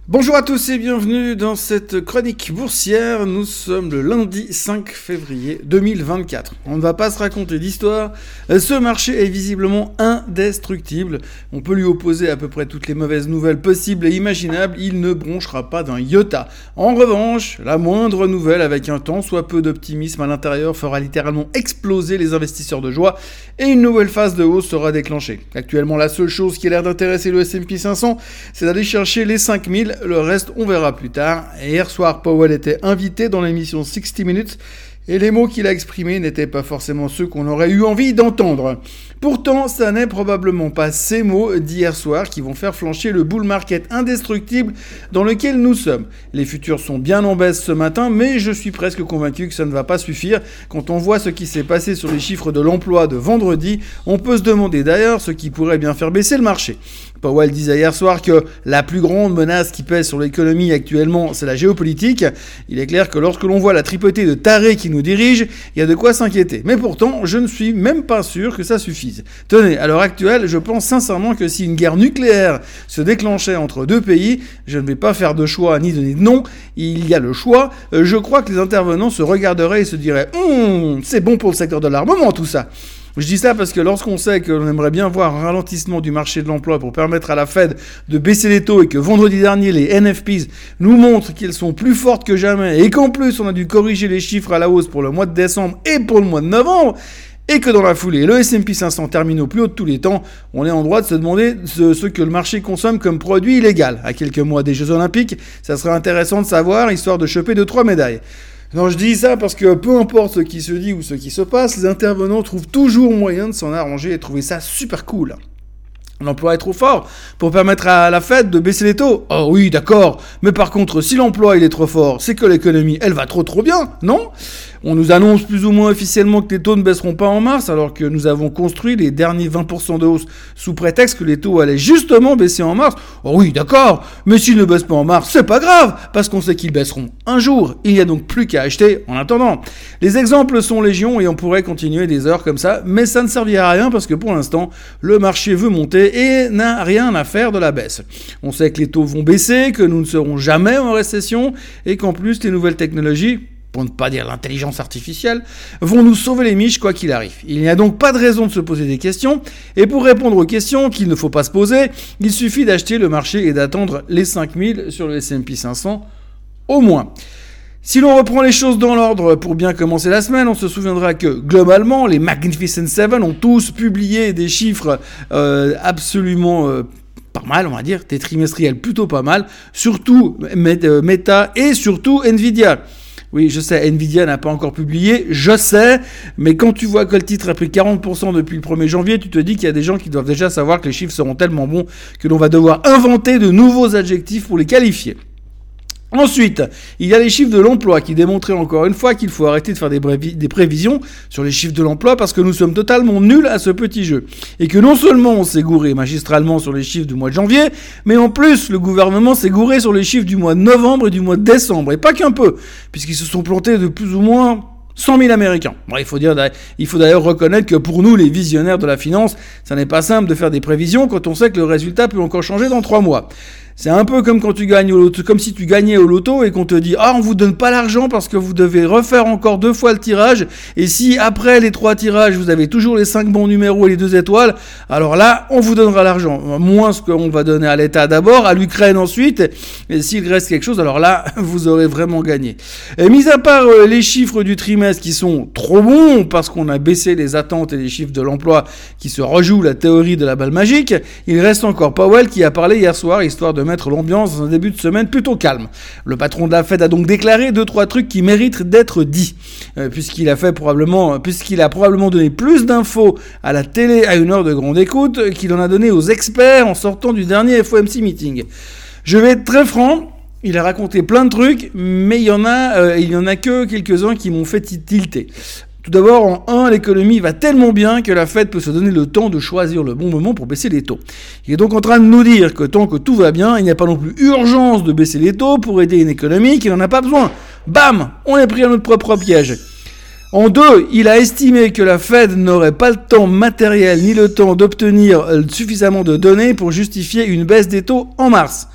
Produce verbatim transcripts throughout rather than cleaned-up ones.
Bonjour à tous et bienvenue dans cette chronique boursière. Nous sommes le lundi cinq février deux mille vingt-quatre. On ne va pas se raconter d'histoire. Ce marché est visiblement indestructible. On peut lui opposer à peu près toutes les mauvaises nouvelles possibles et imaginables. Il ne bronchera pas d'un iota. En revanche, la moindre nouvelle avec un tant soit peu d'optimisme à l'intérieur fera littéralement exploser les investisseurs de joie et une nouvelle phase de hausse sera déclenchée. Actuellement, la seule chose qui a l'air d'intéresser le S and P cinq cents, c'est d'aller chercher les cinq mille. Le reste, on verra plus tard. Et hier soir, Powell était invité dans l'émission sixty minutes et les mots qu'il a exprimés n'étaient pas forcément ceux qu'on aurait eu envie d'entendre. Pourtant, ça n'est probablement pas ces mots d'hier soir qui vont faire flancher le bull market indestructible dans lequel nous sommes. Les futurs sont bien en baisse ce matin, mais je suis presque convaincu que ça ne va pas suffire. Quand on voit ce qui s'est passé sur les chiffres de l'emploi de vendredi, on peut se demander d'ailleurs ce qui pourrait bien faire baisser le marché. Powell disait hier soir que la plus grande menace qui pèse sur l'économie actuellement, c'est la géopolitique. Il est clair que lorsque l'on voit la tripotée de tarés qui nous dirigent, il y a de quoi s'inquiéter. Mais pourtant, je ne suis même pas sûr que ça suffise. Tenez, à l'heure actuelle, je pense sincèrement que si une guerre nucléaire se déclenchait entre deux pays, je ne vais pas faire de choix ni donner de nom, il y a le choix. Je crois que les intervenants se regarderaient et se diraient hum, « c'est bon pour le secteur de l'armement tout ça ». Je dis ça parce que lorsqu'on sait que l'on aimerait bien voir un ralentissement du marché de l'emploi pour permettre à la Fed de baisser les taux et que vendredi dernier, les N F Ps nous montrent qu'elles sont plus fortes que jamais et qu'en plus, on a dû corriger les chiffres à la hausse pour le mois de décembre et pour le mois de novembre, et que dans la foulée, le S and P cinq cents termine au plus haut de tous les temps, on est en droit de se demander ce, ce que le marché consomme comme produit illégal. À quelques mois des Jeux Olympiques, ça serait intéressant de savoir, histoire de choper deux, trois médailles. Non, je dis ça parce que peu importe ce qui se dit ou ce qui se passe, les intervenants trouvent toujours moyen de s'en arranger et de trouver ça super cool. L'emploi est trop fort pour permettre à la Fed de baisser les taux. Oh oui, d'accord. Mais par contre, si l'emploi il est trop fort, c'est que l'économie, elle va trop trop bien, non ? On nous annonce plus ou moins officiellement que les taux ne baisseront pas en mars, alors que nous avons construit les derniers vingt pour cent de hausse sous prétexte que les taux allaient justement baisser en mars. Oh oui, d'accord. Mais s'ils ne baissent pas en mars, c'est pas grave, parce qu'on sait qu'ils baisseront un jour. Il n'y a donc plus qu'à acheter en attendant. Les exemples sont légion et on pourrait continuer des heures comme ça, mais ça ne servira à rien parce que pour l'instant, le marché veut monter et n'a rien à faire de la baisse. On sait que les taux vont baisser, que nous ne serons jamais en récession et qu'en plus les nouvelles technologies, pour ne pas dire l'intelligence artificielle, vont nous sauver les miches quoi qu'il arrive. Il n'y a donc pas de raison de se poser des questions et pour répondre aux questions qu'il ne faut pas se poser, il suffit d'acheter le marché et d'attendre les cinq mille sur le S and P cinq cents au moins. Si l'on reprend les choses dans l'ordre pour bien commencer la semaine, on se souviendra que globalement, les Magnificent Seven ont tous publié des chiffres euh, absolument euh, pas mal, on va dire, des trimestriels plutôt pas mal, surtout Meta et surtout Nvidia. Oui, je sais, Nvidia n'a pas encore publié, je sais, mais quand tu vois que le titre a pris quarante pour cent depuis le premier janvier, tu te dis qu'il y a des gens qui doivent déjà savoir que les chiffres seront tellement bons que l'on va devoir inventer de nouveaux adjectifs pour les qualifier. Ensuite, il y a les chiffres de l'emploi qui démontraient encore une fois qu'il faut arrêter de faire des, brévi- des prévisions sur les chiffres de l'emploi parce que nous sommes totalement nuls à ce petit jeu. Et que non seulement on s'est gouré magistralement sur les chiffres du mois de janvier, mais en plus le gouvernement s'est gouré sur les chiffres du mois de novembre et du mois de décembre. Et pas qu'un peu, puisqu'ils se sont plantés de plus ou moins cent mille Américains. Bon, il faut dire, il faut d'ailleurs reconnaître que pour nous, les visionnaires de la finance, ça n'est pas simple de faire des prévisions quand on sait que le résultat peut encore changer dans trois mois. C'est un peu comme quand tu gagnes au loto, comme si tu gagnais au loto et qu'on te dit « Ah, on vous donne pas l'argent parce que vous devez refaire encore deux fois le tirage. Et si après les trois tirages, vous avez toujours les cinq bons numéros et les deux étoiles, alors là, on vous donnera l'argent. Moins ce qu'on va donner à l'État d'abord, à l'Ukraine ensuite. Et s'il reste quelque chose, alors là, vous aurez vraiment gagné. » Et mis à part euh, les chiffres du trimestre qui sont trop bons parce qu'on a baissé les attentes et les chiffres de l'emploi qui se rejouent la théorie de la balle magique, il reste encore Powell qui a parlé hier soir, histoire de mettre l'ambiance dans un début de semaine plutôt calme. Le patron de la Fed a donc déclaré deux trois trucs qui méritent d'être dits, euh, puisqu'il a fait probablement, puisqu'il a probablement donné plus d'infos à la télé à une heure de grande écoute qu'il en a donné aux experts en sortant du dernier F O M C meeting. Je vais être très franc. Il a raconté plein de trucs, mais il y en a, euh, il y en a que quelques-uns qui m'ont fait tilter. Tout d'abord, en un, l'économie va tellement bien que la Fed peut se donner le temps de choisir le bon moment pour baisser les taux. Il est donc en train de nous dire que tant que tout va bien, il n'y a pas non plus urgence de baisser les taux pour aider une économie qui n'en a pas besoin. Bam, on est pris à notre propre piège. En deux, il a estimé que la Fed n'aurait pas le temps matériel ni le temps d'obtenir suffisamment de données pour justifier une baisse des taux en mars.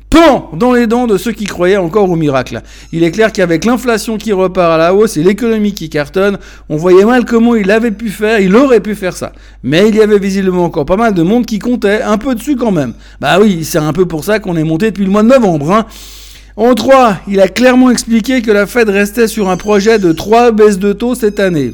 pan dans les dents de ceux qui croyaient encore au miracle. Il est clair qu'avec l'inflation qui repart à la hausse et l'économie qui cartonne, on voyait mal comment il avait pu faire, il aurait pu faire ça. Mais il y avait visiblement encore pas mal de monde qui comptait un peu dessus quand même. Bah oui, c'est un peu pour ça qu'on est monté depuis le mois de novembre, hein. En trois, il a clairement expliqué que la Fed restait sur un projet de trois baisses de taux cette année.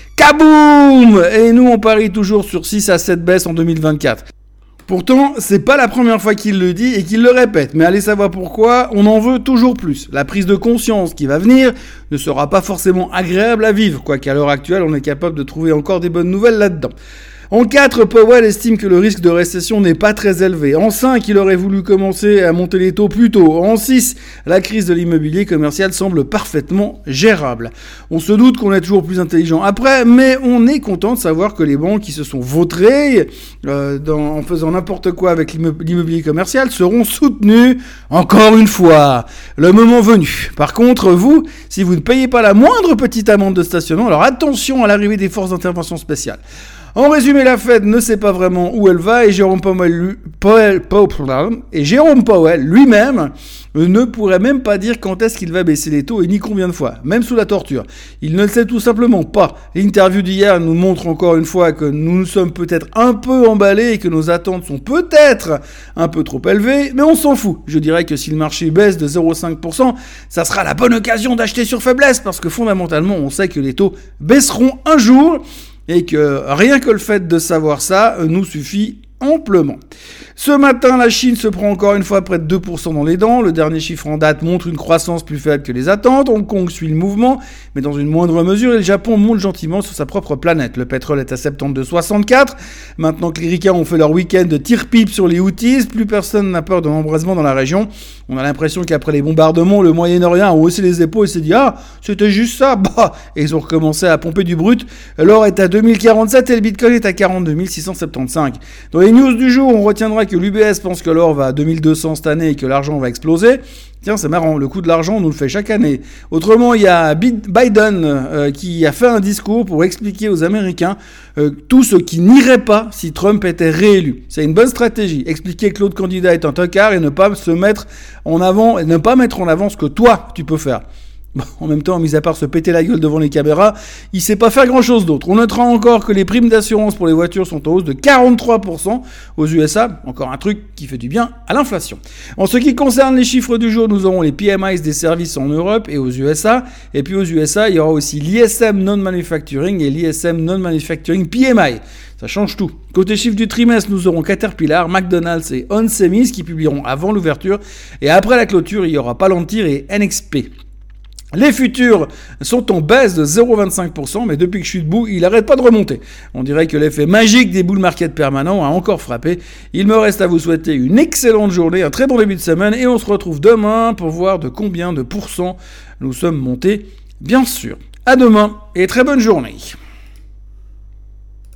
Kaboum! Et nous, on parie toujours sur six à sept baisses en deux mille vingt-quatre. Pourtant, c'est pas la première fois qu'il le dit et qu'il le répète, mais allez savoir pourquoi, on en veut toujours plus. La prise de conscience qui va venir ne sera pas forcément agréable à vivre, quoiqu'à l'heure actuelle, on est capable de trouver encore des bonnes nouvelles là-dedans. En quatre, Powell estime que le risque de récession n'est pas très élevé. En cinq, il aurait voulu commencer à monter les taux plus tôt. En six, la crise de l'immobilier commercial semble parfaitement gérable. On se doute qu'on est toujours plus intelligent après, mais on est content de savoir que les banques qui se sont vautrées euh, dans, en faisant n'importe quoi avec l'immobilier commercial seront soutenues encore une fois. Le moment venu. Par contre, vous, si vous ne payez pas la moindre petite amende de stationnement, alors attention à l'arrivée des forces d'intervention spéciales. En résumé, la Fed ne sait pas vraiment où elle va et Jérôme Powell, Powell, Powell, et Jérôme Powell lui-même ne pourrait même pas dire quand est-ce qu'il va baisser les taux et ni combien de fois, même sous la torture. Il ne le sait tout simplement pas. L'interview d'hier nous montre encore une fois que nous nous sommes peut-être un peu emballés et que nos attentes sont peut-être un peu trop élevées, mais on s'en fout. Je dirais que si le marché baisse de zéro virgule cinq pour cent, ça sera la bonne occasion d'acheter sur faiblesse parce que fondamentalement, on sait que les taux baisseront un jour. Et que rien que le fait de savoir ça nous suffit amplement. Ce matin, la Chine se prend encore une fois près de deux pour cent dans les dents. Le dernier chiffre en date montre une croissance plus faible que les attentes. Hong Kong suit le mouvement, mais dans une moindre mesure, et le Japon monte gentiment sur sa propre planète. Le pétrole est à soixante-deux virgule soixante-quatre. Maintenant que les ricains ont fait leur week-end de tir-pipe sur les Houthis, plus personne n'a peur de l'embrasement dans la région. On a l'impression qu'après les bombardements, le Moyen-Orient a haussé les épaules et s'est dit « Ah, c'était juste ça !» Bah, et ils ont recommencé à pomper du brut. L'or est à deux mille quarante-sept et le Bitcoin est à quarante-deux mille six cent soixante-quinze. Dans les news du jour, on retiendra que l'U B S pense que l'or va à deux mille deux cents cette année et que l'argent va exploser. Tiens, c'est marrant, le coût de l'argent, on nous le fait chaque année. Autrement, il y a Biden euh, qui a fait un discours pour expliquer aux Américains euh, tout ce qui n'irait pas si Trump était réélu. C'est une bonne stratégie. Expliquer que l'autre candidat est un tocard et ne pas se mettre en avant, et ne pas mettre en avant ce que toi, tu peux faire. Bon, en même temps, mis à part se péter la gueule devant les caméras, il sait pas faire grand chose d'autre. On notera encore que les primes d'assurance pour les voitures sont en hausse de quarante-trois pour cent aux U S A. Encore un truc qui fait du bien à l'inflation. En ce qui concerne les chiffres du jour, nous aurons les P M Is des services en Europe et aux U S A. Et puis aux U S A, il y aura aussi l'I S M Non-Manufacturing et l'I S M Non-Manufacturing P M I. Ça change tout. Côté chiffre du trimestre, nous aurons Caterpillar, McDonald's et On Semis qui publieront avant l'ouverture. Et après la clôture, il y aura Palantir et N X P. Les futurs sont en baisse de zéro virgule vingt-cinq pour cent, mais depuis que je suis debout, il n'arrête pas de remonter. On dirait que l'effet magique des bull market permanents a encore frappé. Il me reste à vous souhaiter une excellente journée, un très bon début de semaine, et on se retrouve demain pour voir de combien de pourcents nous sommes montés, bien sûr. À demain, et très bonne journée.